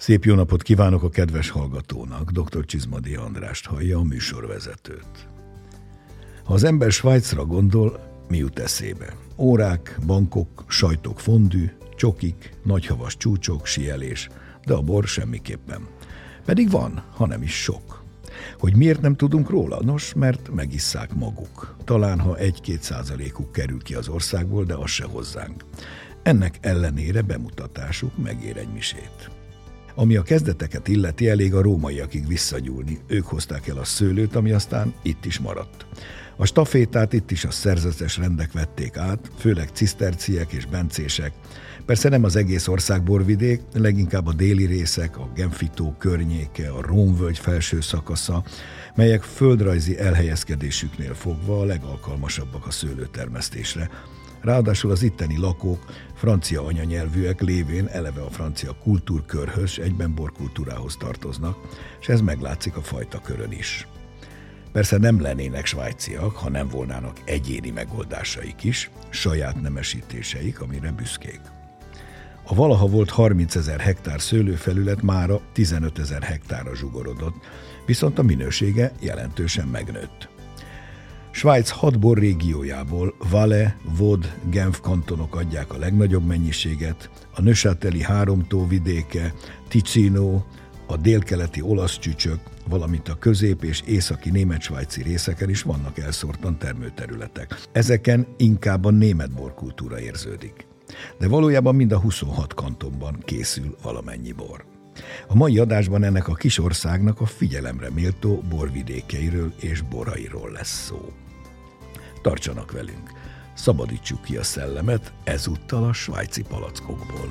Szép jó napot kívánok a kedves hallgatónak, dr. Csizmadia Andrást hallja, a műsorvezetőt. Ha az ember Svájcra gondol, mi jut eszébe? Órák, bankok, sajtok fondű, csokik, nagyhavas csúcsok, síelés, de a bor semmiképpen. Pedig van, ha nem is sok. Hogy miért nem tudunk róla? Nos, mert megisszák maguk. Talán, ha 1-2%-uk kerül ki az országból, de az se hozzánk. Ennek ellenére bemutatásuk megér egy misét. Ami a kezdeteket illeti, elég a rómaiakig visszagyúlni. Ők hozták el a szőlőt, ami aztán itt is maradt. A stafétát itt is a szerzetes rendek vették át, főleg ciszterciek és bencések. Persze nem az egész ország borvidék, leginkább a déli részek, a Genfitó környéke, a Rómvölgy felső szakasza, melyek földrajzi elhelyezkedésüknél fogva a legalkalmasabbak a szőlőtermesztésre. Ráadásul az itteni lakók francia anyanyelvűek lévén eleve a francia kultúrkörhöz, egyben borkultúrához tartoznak, és ez meglátszik a fajtakörön is. Persze nem lennének svájciak, ha nem volnának egyéni megoldásaik is, saját nemesítéseik, amire büszkék. A valaha volt 30 000 hektár szőlőfelület mára 15 000 hektárra zsugorodott, viszont a minősége jelentősen megnőtt. Svájc 6 borrégiójából Valais, Vaud, Genf kantonok adják a legnagyobb mennyiséget, a Neuchâteli 3 tó vidéke, Ticino, a délkeleti olasz csücsök, valamint a közép- és északi német-svájci részeken is vannak elszórtan termőterületek. Ezeken inkább a német borkultúra érződik. De valójában mind a 26 kantonban készül valamennyi bor. A mai adásban ennek a kis országnak a figyelemre méltó borvidékeiről és borairól lesz szó. Tartsanak velünk, szabadítsuk ki a szellemet ezúttal a svájci palackokból.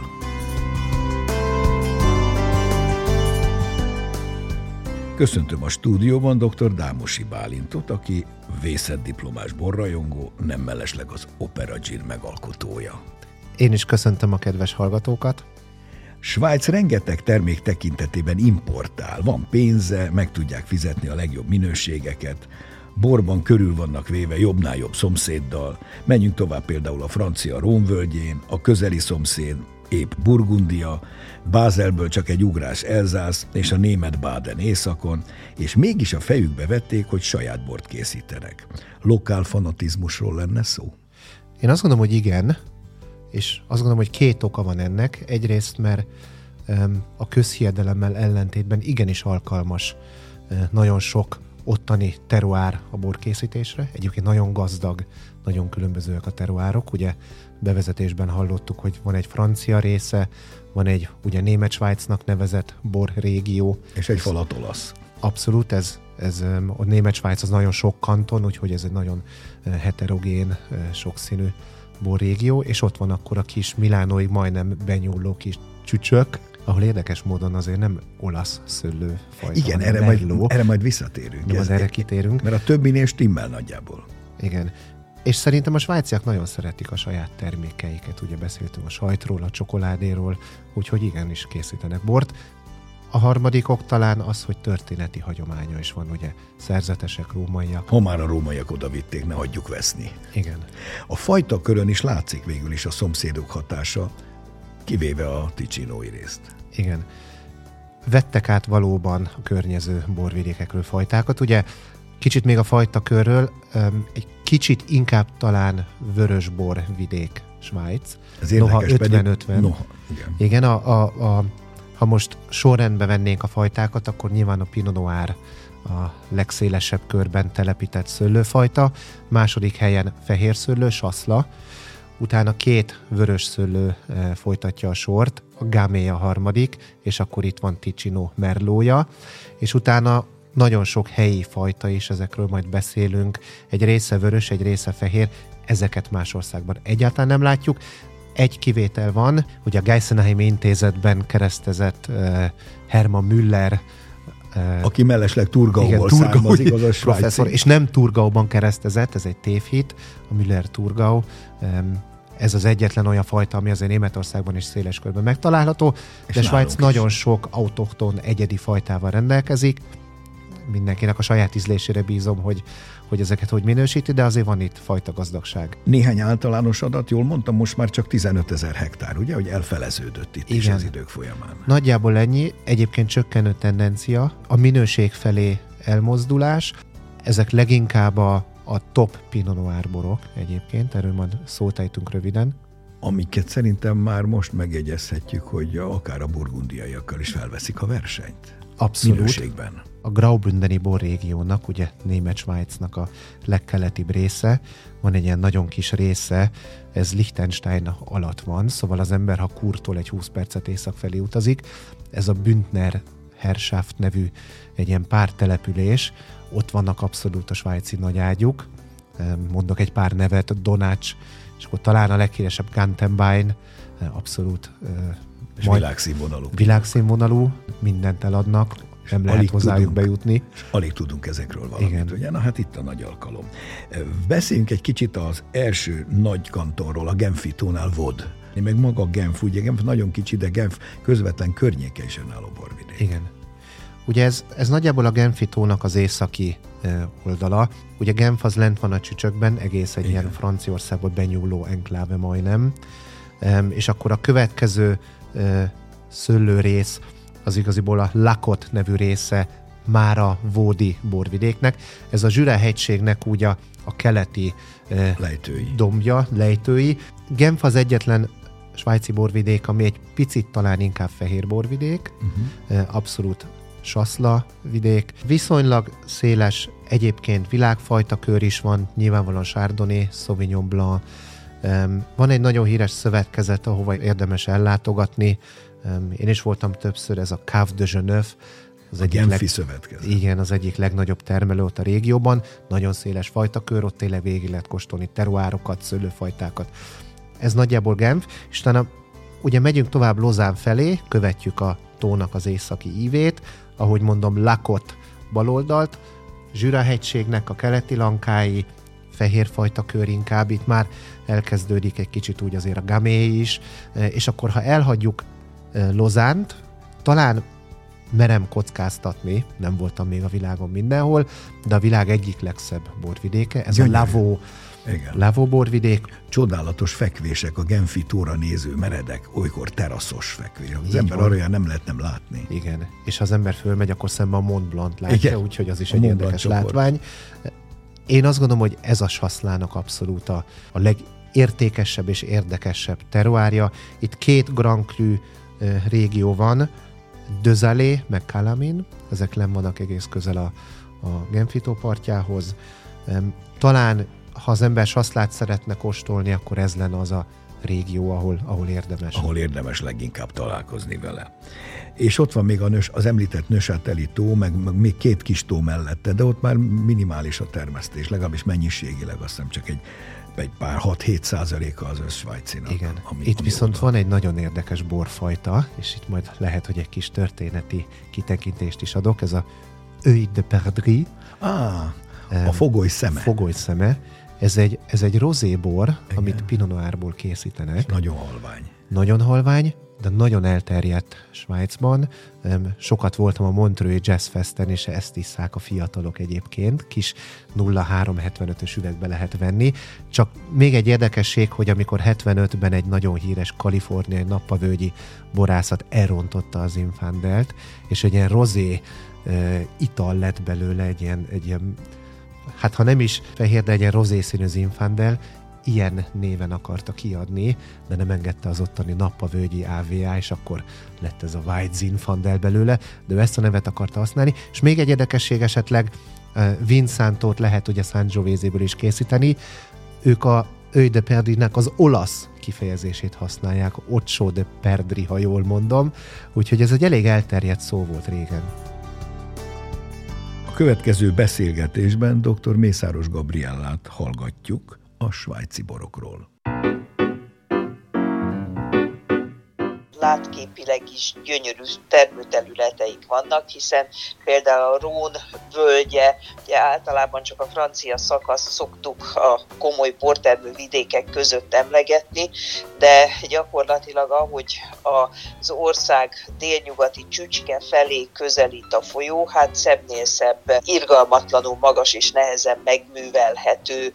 Köszöntöm a stúdióban dr. Dámosi Bálintot, aki vészettdiplomás borrajongó, nem mellesleg az Opera Gin megalkotója. Én is köszöntöm a kedves hallgatókat. Svájc rengeteg termék tekintetében importál, van pénze, meg tudják fizetni a legjobb minőségeket, borban körül vannak véve jobbnál jobb szomszéddal, menjünk tovább például a francia Rómvölgyén, a közeli szomszéd épp Burgundia, Bázelből csak egy ugrás Elzász és a német Baden északon, és mégis a fejükbe vették, hogy saját bort készítenek. Lokál fanatizmusról lenne szó? Én azt gondolom, hogy igen, és azt gondolom, hogy 2 oka van ennek. Egyrészt, mert a közhiedelemmel ellentétben igenis alkalmas nagyon sok ottani teruár a borkészítésre. Egyébként nagyon gazdag, nagyon különbözőek a teruárok. Ugye bevezetésben hallottuk, hogy van egy francia része, van egy ugye Német-Svájcnak nevezett borrégió. És egy falat olasz. Abszolút, ez a Német-Svájc az nagyon sok kanton, úgyhogy ez egy nagyon heterogén, sokszínű borrégió, és ott van akkor a kis Milánóig majdnem benyúló kis csücsök, ahol érdekes módon azért nem olasz szőlőfajta. Igen, erre majd visszatérünk. Erre kitérünk. Mert a többinél stimmel nagyjából. Igen. És szerintem a svájciak nagyon szeretik a saját termékeiket. Ugye beszéltünk a sajtról, a csokoládéról, úgyhogy igenis készítenek bort. A harmadik ok talán az, hogy történeti hagyománya is van, ugye szerzetesek, rómaiak. Ha már a rómaiak oda vitték, ne hagyjuk veszni. Igen. A fajtakörön is látszik végül is a szomszédok hatása, kivéve a ticinói részt. Igen. Vettek át valóban a környező borvidékekről fajtákat. Ugye kicsit még a fajtakörről, egy kicsit inkább talán vörösbor vidék Svájc. Ez érdekes, noha 50-50. Noha, igen. Igen, ha most sorrendbe vennénk a fajtákat, akkor nyilván a Pinot Noir a legszélesebb körben telepített szőlőfajta, második helyen fehér szőlő, Sasla, utána 2 vörös szőlő folytatja a sort, a Gamay a harmadik, és akkor itt van Ticino Merlója, és utána nagyon sok helyi fajta is, ezekről majd beszélünk, egy része vörös, egy része fehér, ezeket más országban egyáltalán nem látjuk. Egy kivétel van, ugye a Geisenheim intézetben keresztezett Hermann Müller, aki mellesleg Thurgauból származik, az a professzor, és nem Thurgauban keresztezett, ez egy tévhit, a Müller Thurgau. Ez az egyetlen olyan fajta, ami azért Németországban is széles körben megtalálható, de Svájc nagyon sok autochton egyedi fajtával rendelkezik. mindenkinek a saját ízlésére bízom, hogy ezeket hogy minősíti, de azért van itt fajta gazdagság. Néhány általános adat, jól mondtam, most már csak 15 000 hektár, ugye, hogy elfeleződött itt is az idők folyamán. Nagyjából ennyi, egyébként csökkenő tendencia, a minőség felé elmozdulás, ezek leginkább a top Pinot Noir borok egyébként, erről majd szót ejtünk röviden. Amiket szerintem már most megjegyezhetjük, hogy akár a burgundiaiakkal is felveszik a versenyt. Abszolút. Minőségben. A Graubündeni borrégiónak, ugye Német-Svájcnak a legkeletibb része, van egy ilyen nagyon kis része, ez Liechtenstein alatt van, szóval az ember, ha Kurtól egy 20 percet észak felé utazik, ez a Bündner Herrschaft nevű egy ilyen pár település, ott vannak abszolút a svájci nagyágyuk, mondok egy pár nevet, Donátsch, és akkor talán a leghíresebb Gantenbein, abszolút világszínvonalú, mindent eladnak, nem lehet hozzájuk bejutni. És alig tudunk ezekről valamit, igen. Ugye? Na hát itt a nagy alkalom. Beszéljünk egy kicsit az első nagy kantonról, a Genfi tónál Vaud. Meg maga Genf, ugye Genf nagyon kicsi, de Genf közvetlen környéke is önálló borvidék. Igen. Ugye ez nagyjából a Genfi tónak az északi oldala. Ugye Genf az lent van a csücsökben, egész egy ilyen Franciaországból benyúló enkláve majdnem. És akkor a következő szőlőrész az igaziból a Lacot nevű része már a vaudi borvidéknek. Ez a Jura hegységnek úgy a keleti dombja, lejtői. Genf az egyetlen svájci borvidék, ami egy picit talán inkább fehér borvidék, abszolút saszla vidék. Viszonylag széles egyébként világfajta kör is van, nyilvánvalóan Chardonnay, Sauvignon Blanc. Van egy nagyon híres szövetkezet, ahova érdemes ellátogatni. Én is voltam többször, ez a Cave de Genève. Az a Genfi szövetkezet. Igen, az egyik legnagyobb termelő ott a régióban. Nagyon széles fajtakör, ott tényleg végig lehet kóstolni teruárokat, szőlőfajtákat. Ez nagyjából Genf, és utána ugye megyünk tovább Lausanne felé, követjük a tónak az északi ívét, ahogy mondom, Lacot baloldalt, Jura-hegységnek a keleti lankái, fehérfajta kör inkább, itt már elkezdődik egy kicsit úgy azért a Gamay is, és akkor ha elhagyjuk Lausanne-t, talán merem kockáztatni, nem voltam még a világon mindenhol, de a világ egyik legszebb borvidéke, ez gyönyörű. A Lavaux borvidék. Csodálatos fekvések, a Genfi tóra néző meredek, olykor teraszos fekvés. Az ember arra nem lehet nem látni. Igen, és ha az ember fölmegy, akkor szemben a Mont Blanc látja, úgyhogy az is egy érdekes látvány. Én azt gondolom, hogy ez a Chasselas-nak abszolút a legértékesebb és érdekesebb teruárja. Itt 2 Grand Cru régió van, Deux-Allées, meg Calamin, ezek lenn vannak egész közel a Genfi tó partjához. Talán, ha az ember Chasselast szeretne kóstolni, akkor ez lenne az a régió, ahol érdemes. Ahol érdemes leginkább találkozni vele. És ott van még az említett Neuchâteli tó, meg még 2 kis tó mellette, de ott már minimális a termesztés, legalábbis mennyiségileg, azt hiszem csak egy pár 6-7% az összsvájcinak. Igen. Itt viszont van egy nagyon érdekes borfajta, és itt majd lehet, hogy egy kis történeti kitekintést is adok, ez a Œil de Perdrix. A fogoly szeme. Fogoly szeme. Ez egy rozébor, igen, amit Pinot Noirból készítenek. És nagyon halvány. Nagyon halvány, de nagyon elterjedt Svájcban. Sokat voltam a Montreux Jazz Festen, és ezt isszák a fiatalok egyébként. Kis 0,375-ös üvegbe lehet venni. Csak még egy érdekesség, hogy amikor 75-ben egy nagyon híres kaliforniai nappavölgyi borászat elrontotta az Zinfandelt, és egy ilyen rozé ital lett belőle, egy ilyen hát ha nem is fehér, de egy ilyen rozészínű Zinfandel, ilyen néven akarta kiadni, de nem engedte az ottani nappavölgyi AVA, és akkor lett ez a White Zinfandel belőle, de ő ezt a nevet akarta használni. És még egy érdekesség esetleg, Vinsantót lehet ugye Sangioveséből is készíteni, ők a Œil de Perdrixnek az olasz kifejezését használják, Ocho de Perdrix, ha jól mondom, úgyhogy ez egy elég elterjedt szó volt régen. A következő beszélgetésben dr. Mészáros Gabriellát hallgatjuk a svájci borokról. látképileg is gyönyörű termőterületeik vannak, hiszen például a Rhône völgye, ugye általában csak a francia szakaszt szoktuk a komoly bortermő vidékek között emlegetni, de gyakorlatilag ahogy az ország délnyugati csücske felé közelít a folyó, hát szebbnél szebb, irgalmatlanul magas és nehezen megművelhető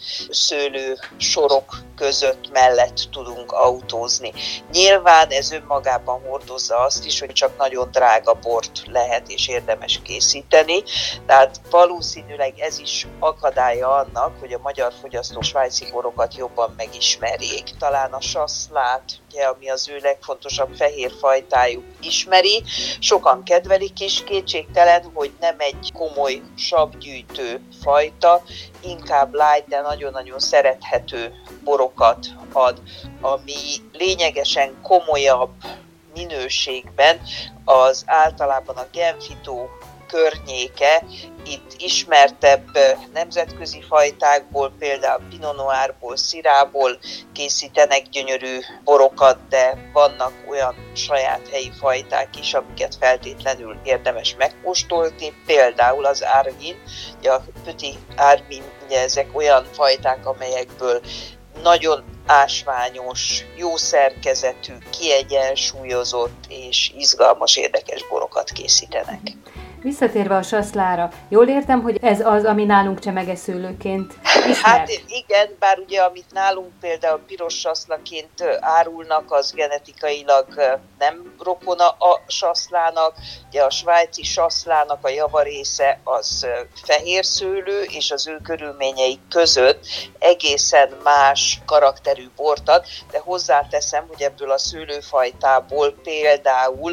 szőlősorok között mellett tudunk autózni. Nyilván ez önmagában hordozza azt is, hogy csak nagyon drága bort lehet és érdemes készíteni, tehát valószínűleg ez is akadálya annak, hogy a magyar fogyasztók svájci borokat jobban megismerjék. Talán a sasszlát, ugye, ami az ő legfontosabb fehér fajtájuk ismeri, sokan kedvelik is, kétségtelen, hogy nem egy komoly savgyűjtő fajta, inkább light, de nagyon-nagyon szerethető borokat ad, ami lényegesen komolyabb minőségben az általában a Genfi tó környéke, itt ismertebb nemzetközi fajtákból, például Pinot Noirból, Syrahból készítenek gyönyörű borokat, de vannak olyan saját helyi fajták is, amiket feltétlenül érdemes megkóstolni, például az Arvin, a Petit Arvin, ezek olyan fajták, amelyekből nagyon ásványos, jó szerkezetű, kiegyensúlyozott és izgalmas, érdekes borokat készítenek. Visszatérve a sasszlára, jól értem, hogy ez az, ami nálunk csemegeszőlőként ismert? Hát igen, bár ugye amit nálunk például piros sasszlaként árulnak, az genetikailag nem rokona a sasszlának. Ugye a svájci sasszlának a javarésze az fehér szőlő, és az ő körülményeik között egészen más karakterű bort ad, de hozzáteszem, hogy ebből a szőlőfajtából például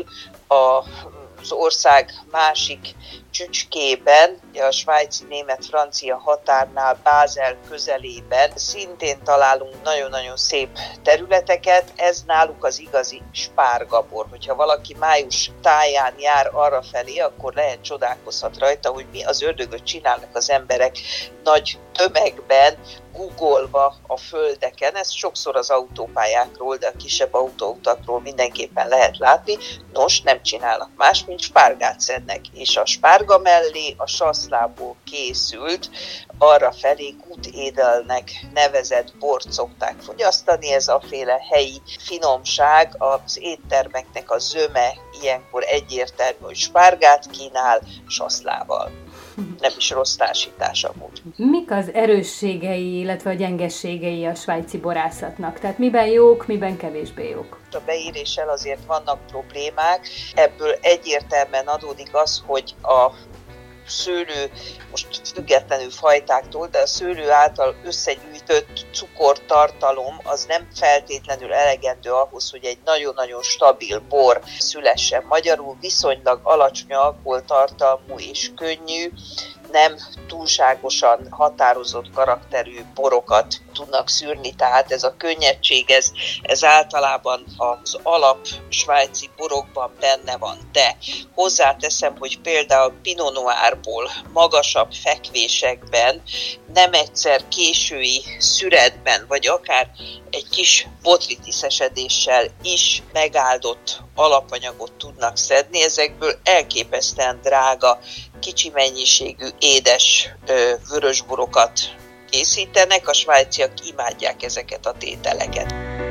az ország másik csücskében, a svájci-német-francia határnál, Bázel közelében szintén találunk nagyon-nagyon szép területeket. Ez náluk az igazi spárgabor. Hogyha valaki május táján jár arrafelé, akkor lehet csodálkozhat rajta, hogy mi az ördögöt csinálnak az emberek nagy tömegben, googolva a földeken. Ezt sokszor az autópályákról, de a kisebb autóutakról mindenképpen lehet látni. Nos, nem csinálnak más, mint spárgát szednek. És a spárga mellé a sasszlából készült, arrafelé Gutedelnek nevezett bort szokták fogyasztani. Ez a féle helyi finomság, az éttermeknek a zöme ilyenkor egyértelmű, hogy spárgát kínál sasszlával. Nem is rossz társítás amúgy. Mik az erősségei, illetve a gyengességei a svájci borászatnak? Tehát miben jók, miben kevésbé jók? A beéréssel azért vannak problémák. Ebből egyértelműen adódik az, hogy a szőlő, most függetlenül fajtáktól, de a szőlő által összegyűjtött cukortartalom az nem feltétlenül elegendő ahhoz, hogy egy nagyon-nagyon stabil bor szülessen. Magyarul viszonylag alacsony alkoholtartalmú és könnyű, nem túlságosan határozott karakterű borokat tudnak szűrni, tehát ez a könnyedség, ez általában az alap svájci borokban benne van. De hozzáteszem, hogy például Pinot Noirból magasabb fekvésekben, nem egyszer késői szüretben, vagy akár egy kis botritisszesedéssel is megáldott alapanyagot tudnak szedni. Ezekből elképesztően drága, kicsi mennyiségű édes vörösborokat készítenek. A svájciak imádják ezeket a tételeket.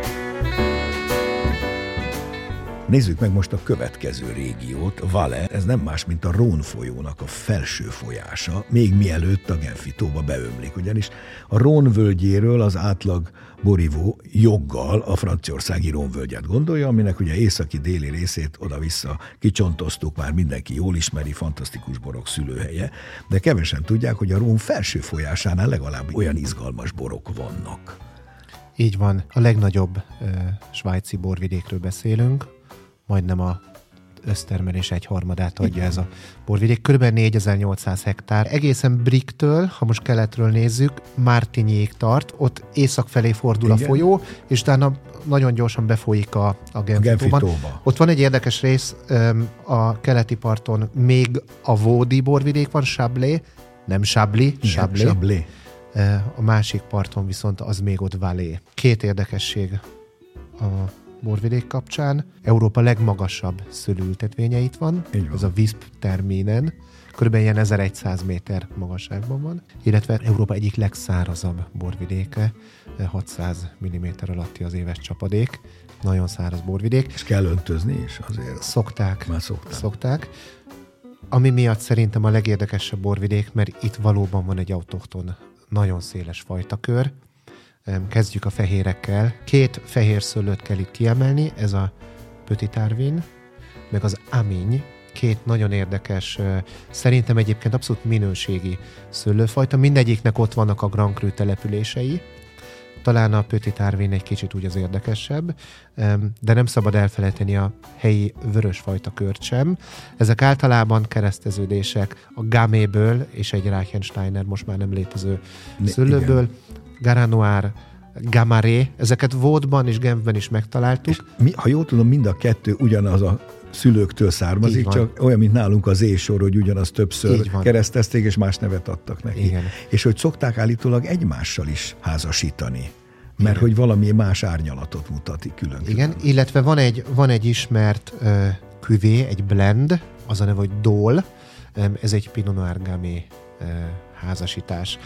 Nézzük meg most a következő régiót, Valais. Ez nem más, mint a Rhône folyónak a felső folyása, még mielőtt a Genfi tóba beömlik. Ugyanis a Rhône völgyéről az átlag borívó joggal a franciaországi Rhône völgyet gondolja, aminek ugye északi-déli részét oda-vissza kicsontoztuk, már mindenki jól ismeri, fantasztikus borok szülőhelye, de kevesen tudják, hogy a Rhône felső folyásánál legalább olyan izgalmas borok vannak. Így van, a legnagyobb svájci borvidékről beszélünk, majdnem a össztermelés 1/3 adja ez a borvidék. Körülbelül 4800 hektár. Egészen Bricktől, ha most keletről nézzük, Martignyig tart, ott észak felé fordul a folyó, és utána nagyon gyorsan befolyik a Genfi tóba. Ott van egy érdekes rész, a keleti parton még a Vaudi borvidék van, Chablais, nem Chablis. A másik parton viszont az még ott Valais. Két érdekesség a borvidék kapcsán. Európa legmagasabb szőlőültetvénye itt van, ez a Visp Terminen, körülbelül ilyen 1100 méter magasságban van, illetve Európa egyik legszárazabb borvidéke, 600 mm alatti az éves csapadék, nagyon száraz borvidék. És kell öntözni is azért? Szokták. Ami miatt szerintem a legérdekesebb borvidék, mert itt valóban van egy autochton, nagyon széles fajtakör. Kezdjük a fehérekkel. 2 fehér szőlőt kell itt kiemelni, ez a Petit Arvin, meg az Amigny, 2 nagyon érdekes, szerintem egyébként abszolút minőségi szőlőfajta. Mindegyiknek ott vannak a Grand Cru települései. Talán a Petit Arvin egy kicsit úgy az érdekesebb, de nem szabad elfelejteni a helyi vörösfajta kört sem. Ezek általában kereszteződések a Gamay-ből és egy Reichensteiner, most már nem létező szőlőből. Garant Noir, Gamaré, ezeket Vaudban és Genfben is megtaláltuk. És ha jól tudom, mind a 2 ugyanaz a szülőktől származik, csak olyan, mint nálunk az Z-sor, hogy ugyanaz többször keresztezték, és más nevet adtak neki. Igen. És hogy szokták állítólag egymással is házasítani, mert hogy valami más árnyalatot mutat külön. Igen, illetve van egy ismert küvé, egy blend, az a neve, hogy Dole, ez egy Pinot Noir Gamay házasítás.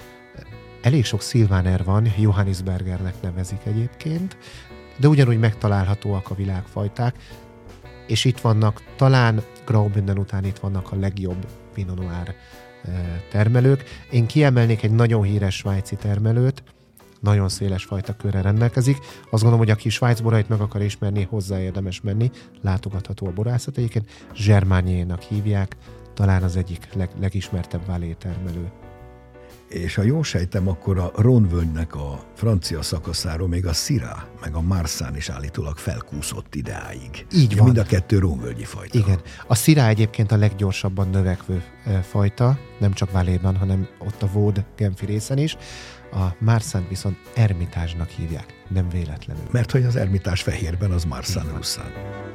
Elég sok Sylvaner van, Johannisbergernek nevezik egyébként, de ugyanúgy megtalálhatóak a világfajták, és itt vannak, talán Graubünden után itt vannak a legjobb Pinot Noir termelők. Én kiemelnék egy nagyon híres svájci termelőt, nagyon széles fajtakörrel rendelkezik. Azt gondolom, hogy aki Svájc borait meg akar ismerni, hozzá érdemes menni, látogatható a borászat egyébként. Germaniénak hívják, talán az egyik legismertebb Valais termelő. És ha jól sejtem, akkor a Rhône-völgynek a francia szakaszáról még a Syrah, meg a Marsanne is állítólag felkúszott ideáig. Így van. Mind a 2 Rhône-völgyi fajta. Igen. A Syrah egyébként a leggyorsabban növekvő fajta, nem csak Valais-ban, hanem ott a Vaud Genfi részen is. A Marsanne viszont Ermitásnak hívják, nem véletlenül. Mert hogy az Ermitás fehérben az Marsanne russzán.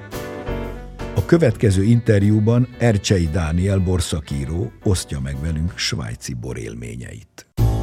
A következő interjúban Ercsei Dániel borszakíró osztja meg velünk svájci borélményeit.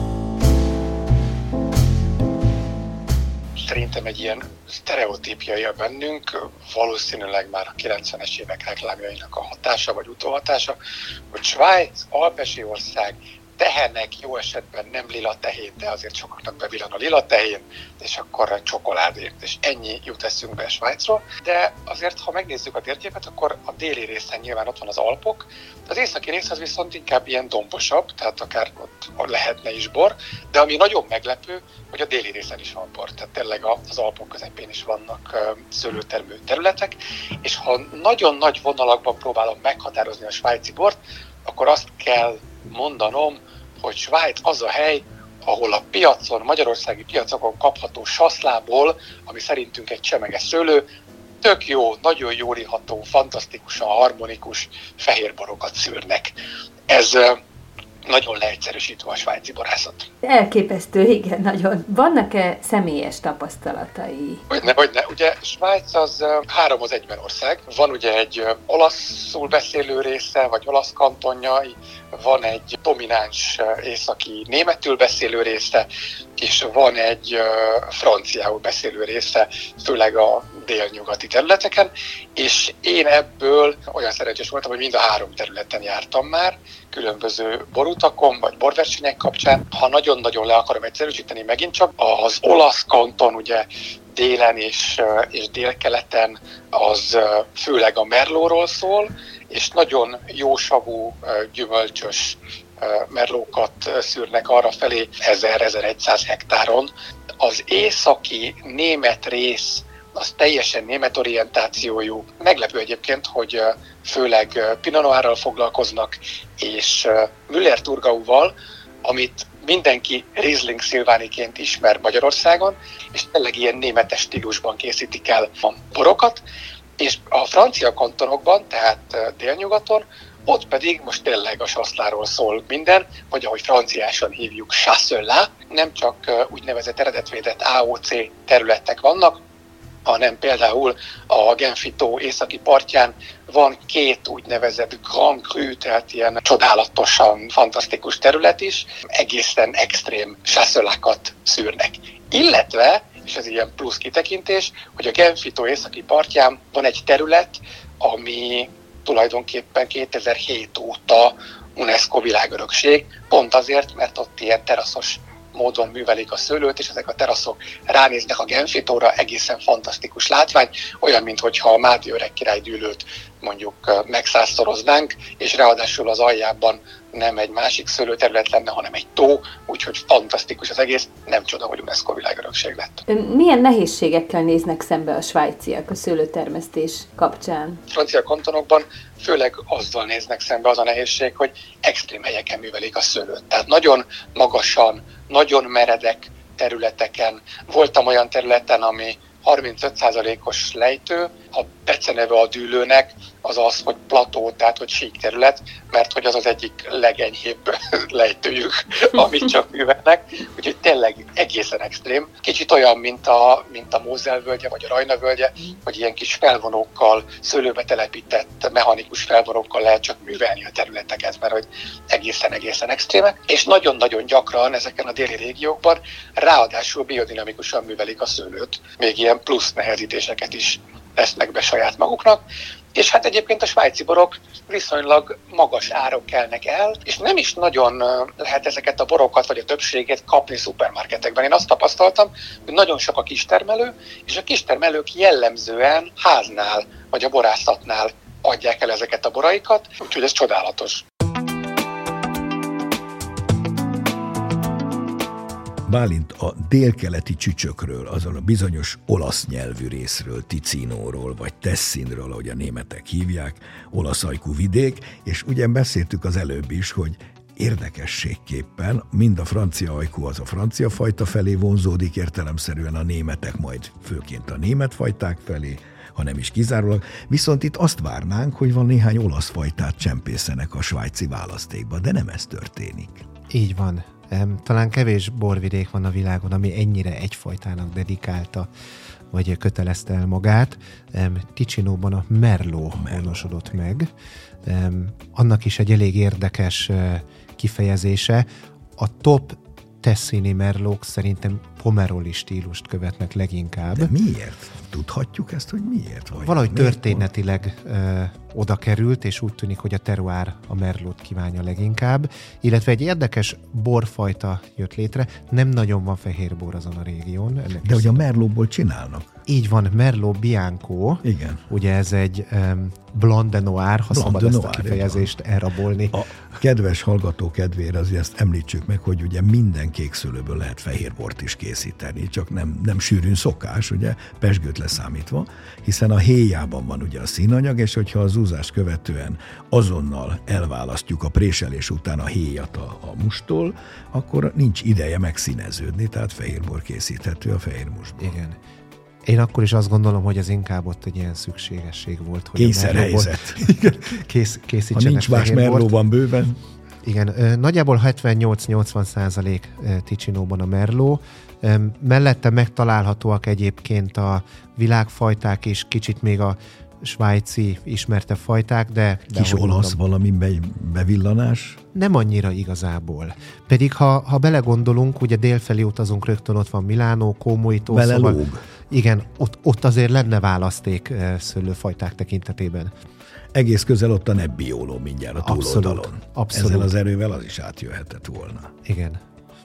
Szerintem egy ilyen sztereotípia bennünk, valószínűleg már a 90-es évek reklámjainak a hatása vagy utóhatása, hogy Svájc, alpesi ország, tehenek jó esetben nem lila tehén, de azért sokaknak bevillan a lila tehén, és akkor csokoládé. És ennyi jut eszünkbe Svájcról. De azért, ha megnézzük a térképet, akkor a déli részen nyilván ott van az Alpok, az északi rész az viszont inkább ilyen dombosabb, tehát akár ott lehetne is bor, de ami nagyon meglepő, hogy a déli részen is van bor, tehát tényleg az Alpok közepén is vannak szőlőtermő területek, és ha nagyon nagy vonalakban próbálom meghatározni a svájci bort, akkor azt kell mondanom, hogy Svájc az a hely, ahol a piacon, magyarországi piacokon kapható saszlából, ami szerintünk egy csemege szőlő, tök jó, nagyon jól iható, fantasztikusan harmonikus fehérborokat szűrnek. Ez nagyon leegyszerűsítve a svájci borászat. Elképesztő, igen, nagyon. Vannak-e személyes tapasztalatai? Hogyne. Ugye Svájc az 3 az 1-ben ország. Van ugye egy olaszul beszélő része, vagy olasz kantonjai, van egy domináns északi németül beszélő része, és van egy franciául beszélő része, főleg a délnyugati területeken, és én ebből olyan szerencsés voltam, hogy mind a 3 területen jártam már, különböző borutakon, vagy borversenyek kapcsán. Ha nagyon-nagyon le akarom egyszerűsíteni, megint csak az olasz kanton, ugye délen és délkeleten az főleg a merlóról szól, és nagyon jósavú, gyümölcsös merlókat szűrnek arra felé 1000-1100 hektáron. Az északi német rész az teljesen német orientációjú. Meglepő egyébként, hogy főleg Pinot Noirral foglalkoznak, és Müller-Thurgauval, amit mindenki Riesling Szilvániként ismer Magyarországon, és tényleg ilyen németes stílusban készítik el a borokat, és a francia kantonokban, tehát délnyugaton, ott pedig most tényleg a saszláról szól minden, vagy ahogy franciásan hívjuk, chasselas, nem csak úgynevezett eredetvédett AOC területek vannak, hanem például a Genfi tó északi partján van 2 úgynevezett Grand Cru, tehát ilyen csodálatosan fantasztikus terület is, egészen extrém chasselákat szűrnek. Illetve és ez ilyen plusz kitekintés, hogy a Genfi tó északi partján van egy terület, ami tulajdonképpen 2007 óta UNESCO világörökség, pont azért, mert ott ilyen teraszos módon művelik a szőlőt, és ezek a teraszok ránéznek a Genfi tóra, egészen fantasztikus látvány, olyan, mintha a Mádi öreg király dűlőt mondjuk megszázszoroznánk, és ráadásul az aljában nem egy másik szőlőterület lenne, hanem egy tó, úgyhogy fantasztikus az egész, nem csoda, hogy UNESCO világörökség lett. De milyen nehézségekkel néznek szembe a svájciak a szőlőtermesztés kapcsán? Francia kantonokban főleg azzal néznek szembe, az a nehézség, hogy extrém helyeken művelik a szőlőt. Tehát nagyon magasan, nagyon meredek területeken. Voltam olyan területen, ami 35%-os lejtő, a beceneve a dűlőnek az az, hogy plató, tehát hogy sík terület, mert hogy az az egyik legenyhébb lejtőjük, amit csak művelnek, úgyhogy tényleg egészen extrém. Kicsit olyan, mint a Mosel völgye vagy a Rajna völgye, hogy ilyen kis felvonókkal, szőlőbe telepített mechanikus felvonókkal lehet csak művelni a területeket, mert hogy egészen extrémek, és nagyon-nagyon gyakran ezeken a déli régiókban ráadásul biodinamikusan művelik a szőlőt, még ilyen plusz nehezítéseket is tesznek be saját maguknak, és hát egyébként a svájci borok viszonylag magas áron kelnek el, és nem is nagyon lehet ezeket a borokat, vagy a többségét kapni szupermarketekben. Én azt tapasztaltam, hogy nagyon sok a kistermelő, és a kistermelők jellemzően háznál, vagy a borászatnál adják el ezeket a boraikat, úgyhogy ez csodálatos. Bálint, a délkeleti csücsökről, azon a bizonyos olasz nyelvű részről, Ticinóról, vagy Tessinről, ahogy a németek hívják, olaszajkú vidék, és ugye beszéltük az előbb is, hogy érdekességképpen mind a francia ajkú az a francia fajta felé vonzódik, értelemszerűen a németek majd főként a német fajták felé, ha nem is kizárólag, viszont itt azt várnánk, hogy van néhány olasz fajtát csempészenek a svájci választékba, de nem ez történik. Így van. Talán kevés borvidék van a világon, ami ennyire egyfajtának dedikálta, vagy kötelezte el magát. Ticinóban a Merlot honosodott meg. Annak is egy elég érdekes kifejezése. A top Tessini Merlotok szerintem pomeroli stílust követnek leginkább. De miért? Tudhatjuk ezt, hogy miért? Valahogy történetileg oda került, és úgy tűnik, hogy a terroir a Merlot kívánja leginkább, illetve egy érdekes borfajta jött létre. Nem nagyon van fehér bor azon a régión. De hogy a Merlotból csinálnak. Így van, Merlot Bianco. Igen. Ugye ez egy Blanc de Noir, ha szabad ezt a kifejezést elrabolni. A kedves hallgató kedvére azért ezt említsük meg, hogy ugye minden kékszőlőből lehet fehérbort is készíteni, csak nem sűrűn szokás, ugye, pezsgőt leszámítva, hiszen a héjában van ugye a színanyag, és hogyha az zúzást követően azonnal elválasztjuk a préselés után a héjat a mustól, akkor nincs ideje megszíneződni, tehát fehérbor készíthető a fehérmustból. Igen. Én akkor is azt gondolom, hogy ez inkább ott egy ilyen szükségesség volt, hogy kényszerhelyzet. Készítsenek. Ha nincs más Merlot, van bőven. Igen, nagyjából 78-80% Ticinóban a Merlot. Mellette megtalálhatóak egyébként a világfajták is, kicsit még a svájci ismertebb fajták, de kis olasz valami bevillanás? Nem annyira igazából. Pedig ha belegondolunk, ugye délfelé utazunk, rögtön ott van Milánó, Comói tó. Belelóg. Igen, ott azért lenne választék szőlőfajták tekintetében. Egész közel ott a Nebbiolo mindjárt a túloldalon. Abszolút. Ezzel az erővel az is átjöhetett volna. Igen.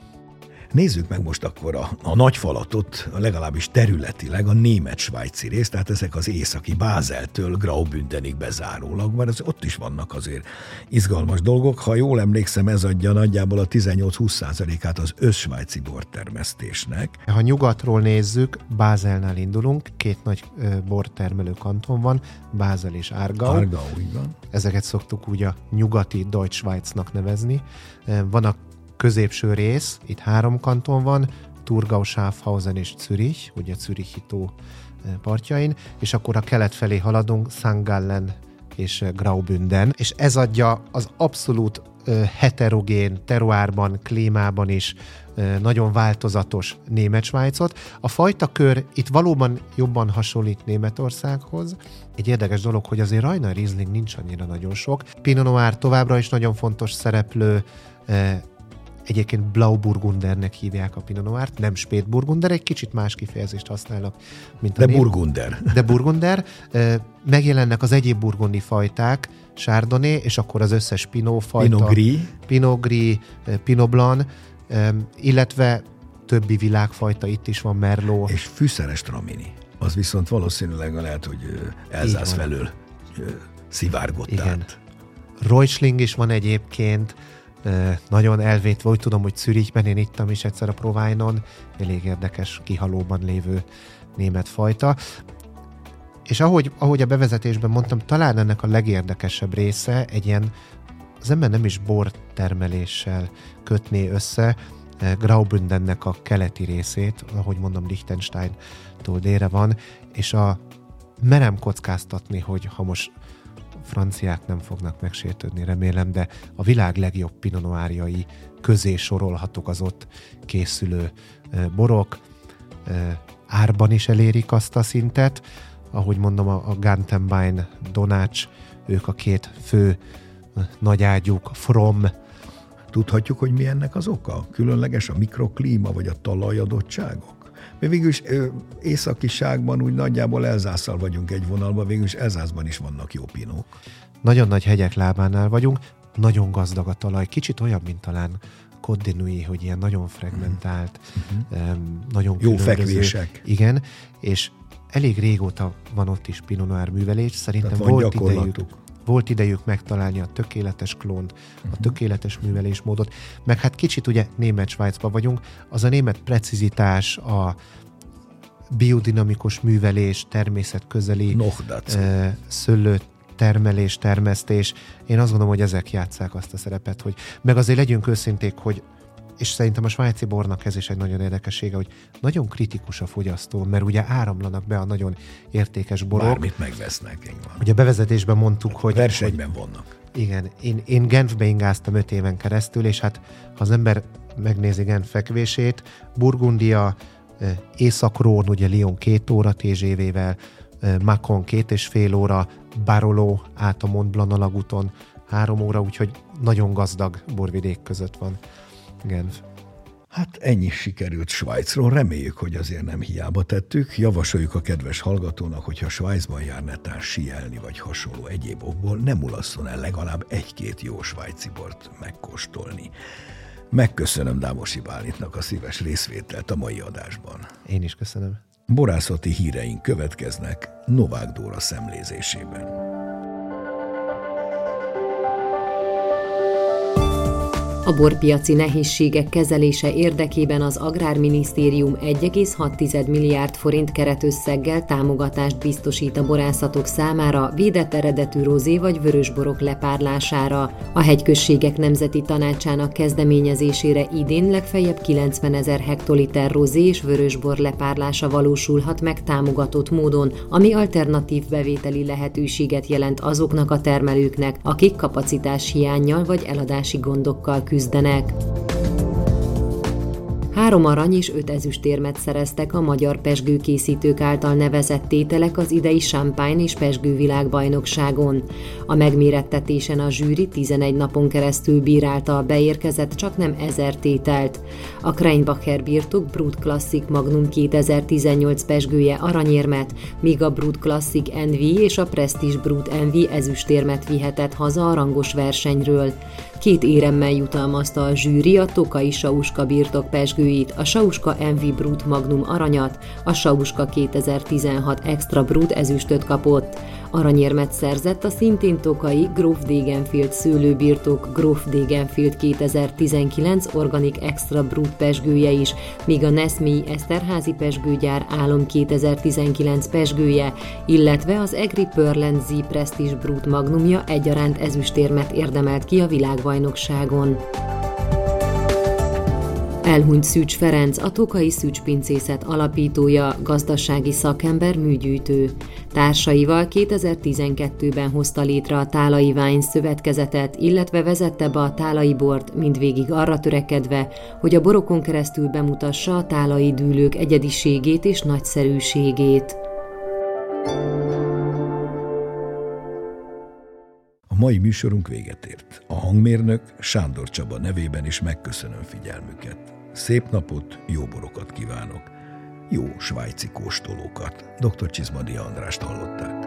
Nézzük meg most akkor a nagy falatot, legalábbis területileg a német-svájci részt, tehát ezek az északi Bázeltől Graubündenig bezárólag, mert ott is vannak azért izgalmas dolgok. Ha jól emlékszem, ez adja nagyjából a 18-20%-át az összsvájci bortermesztésnek. Ha nyugatról nézzük, Bázelnál indulunk, két nagy bortermelő kanton van, Bázel és Aargau. Aargau, így van. Ezeket szoktuk úgy a nyugati Deutschschweiznak nevezni. Van a középső rész, itt 3 kanton van, Thurgau, Schaffhausen és Zürich, ugye Zürichi tó partjain, és akkor a kelet felé haladunk, St. Gallen és Graubünden, és ez adja az abszolút heterogén terroárban, klímában is nagyon változatos Német-Svájcot. A fajtakör itt valóban jobban hasonlít Németországhoz. Egy érdekes dolog, hogy azért Rajna Riesling nincs annyira nagyon sok. Pinot Noir továbbra is nagyon fontos szereplő, Egyébként Blauburgundernek hívják a Pinot Noirt, nem Spätburgunder, egy kicsit más kifejezést használnak, mint a Burgunder. De Burgunder. Megjelennek az egyéb burgundi fajták, Chardonnay, és akkor az összes Pinot fajta. Pinot Gris, Pinot Blanc, illetve többi világfajta, itt is van Merlot. És fűszeres Tramini. Az viszont valószínűleg lehet, hogy Elzász felől szivárgott át. Riesling is van egyébként, nagyon elvétve, úgy tudom, hogy Zürichben, én ittam is egyszer a Provine-on, elég érdekes, kihalóban lévő német fajta. És ahogy a bevezetésben mondtam, talán ennek a legérdekesebb része egy ilyen, az ember nem is bortermeléssel kötné össze Graubündennek a keleti részét, ahogy mondom, Liechtensteintól délre van, és merem kockáztatni, hogy ha most franciák nem fognak megsértődni, remélem, de a világ legjobb Pinot Noirjai közé sorolhatók az ott készülő borok. Árban is elérik azt a szintet, ahogy mondom, a Gantenbein, Donnács, ők a két fő nagyágyuk, From. Tudhatjuk, hogy mi ennek az oka? Különleges a mikroklíma, vagy a talajadottságok? Mert végülis északiságban úgy nagyjából Elzásszal vagyunk egy vonalban, végülis Elzászban is vannak jó pinók. Nagyon nagy hegyek lábánál vagyunk, nagyon gazdag a talaj, kicsit olyan, mint talán Côte de Nuit, hogy ilyen nagyon fragmentált, nagyon jó különböző. fekvések. Igen, és elég régóta van ott is Pinot Noir művelés, szerintem volt idejük megtalálni a tökéletes klónt, a tökéletes művelésmódot, meg hát kicsit ugye Német-Svájcban vagyunk, az a német precizitás, a biodinamikus művelés, természetközeli szőlőtermelés, termesztés, én azt gondolom, hogy ezek játsszák azt a szerepet, hogy meg azért legyünk őszinték, hogy és szerintem a svájci bornak ez is egy nagyon érdekessége, hogy nagyon kritikus a fogyasztó, mert ugye áramlanak be a nagyon értékes borok. Bármit megvesznek. Ugye a bevezetésben mondtuk, hogy... Versenyben vannak. Igen. Én Genfbe ingáztam 5 éven keresztül, és hát ha az ember megnézi Genf fekvését, Burgundia, Észak-Rhône, ugye Lyon 2 óra TGV-vel, Mâcon 2,5 óra, Barolo át a Mont Blanc alagúton 3 óra, úgyhogy nagyon gazdag borvidék között van Genf. Hát ennyi sikerült Svájcról, reméljük, hogy azért nem hiába tettük. Javasoljuk a kedves hallgatónak, hogyha Svájcban jár netán síelni vagy hasonló egyéb okból, nem mulasszon el legalább 1-2 jó svájci bort megkóstolni. Megköszönöm Dámosi Bálintnak a szíves részvételt a mai adásban. Én is köszönöm. Borászati híreink következnek Novák Dóra szemlézésében. A borpiaci nehézségek kezelése érdekében az Agrárminisztérium 1,6 milliárd forint keretösszeggel támogatást biztosít a borászatok számára védett eredetű rozé vagy vörösborok lepárlására. A Hegyközségek Nemzeti Tanácsának kezdeményezésére idén legfeljebb 90 000 hektoliter rozé és vörösbor lepárlása valósulhat meg támogatott módon, ami alternatív bevételi lehetőséget jelent azoknak a termelőknek, akik kapacitás hiánnyal vagy eladási gondokkal küzdenek. 3 arany és 5 ezüstérmet szereztek a magyar pezsgőkészítők által nevezett tételek az idei Champagne és Pezsgő világbajnokságon. A megmérettetésen a zsűri 11 napon keresztül bírálta a beérkezett csaknem 1000 tételt. A Kreinbacher birtok Brut Classic Magnum 2018 pezsgője aranyérmet, míg a Brut Classic NV és a Prestige Brut NV ezüstérmet vihetett haza a rangos versenyről. 2 éremmel jutalmazta a zsűri a Tokai Sauska birtok pezsgőit, a Sauska MV Brut Magnum aranyat, a Sauska 2016 Extra Brut ezüstöt kapott. Aranyérmet szerzett a szintén tokai Gróf Degenfield szőlőbirtok Gróf Degenfield 2019 Organic Extra Brut pezsgője is, míg a Neszmélyi Eszterházi pezsgőgyár Álom 2019 pezsgője, illetve az Egri Pearland Z Prestige Brut Magnumja egyaránt ezüstérmet érdemelt ki a világbajnokságon. Elhunyt Szűcs Ferenc, a Tokai Szűcspincészet alapítója, gazdasági szakember, műgyűjtő. Társaival 2012-ben hozta létre a Tálai Wine szövetkezetet, illetve vezette be a tálai bort, mindvégig arra törekedve, hogy a borokon keresztül bemutassa a tálai dűlők egyediségét és nagyszerűségét. A mai műsorunk véget ért. A hangmérnök Sándor Csaba nevében is megköszönöm figyelmüket. Szép napot, jó borokat kívánok. Jó svájci kóstolókat. Dr. Csizmadia Andrást hallották.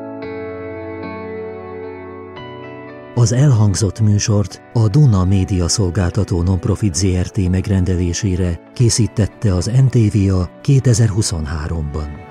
Az elhangzott műsort a Duna Média Szolgáltató Nonprofit Zrt. Megrendelésére készítette az NTVA 2023-ban.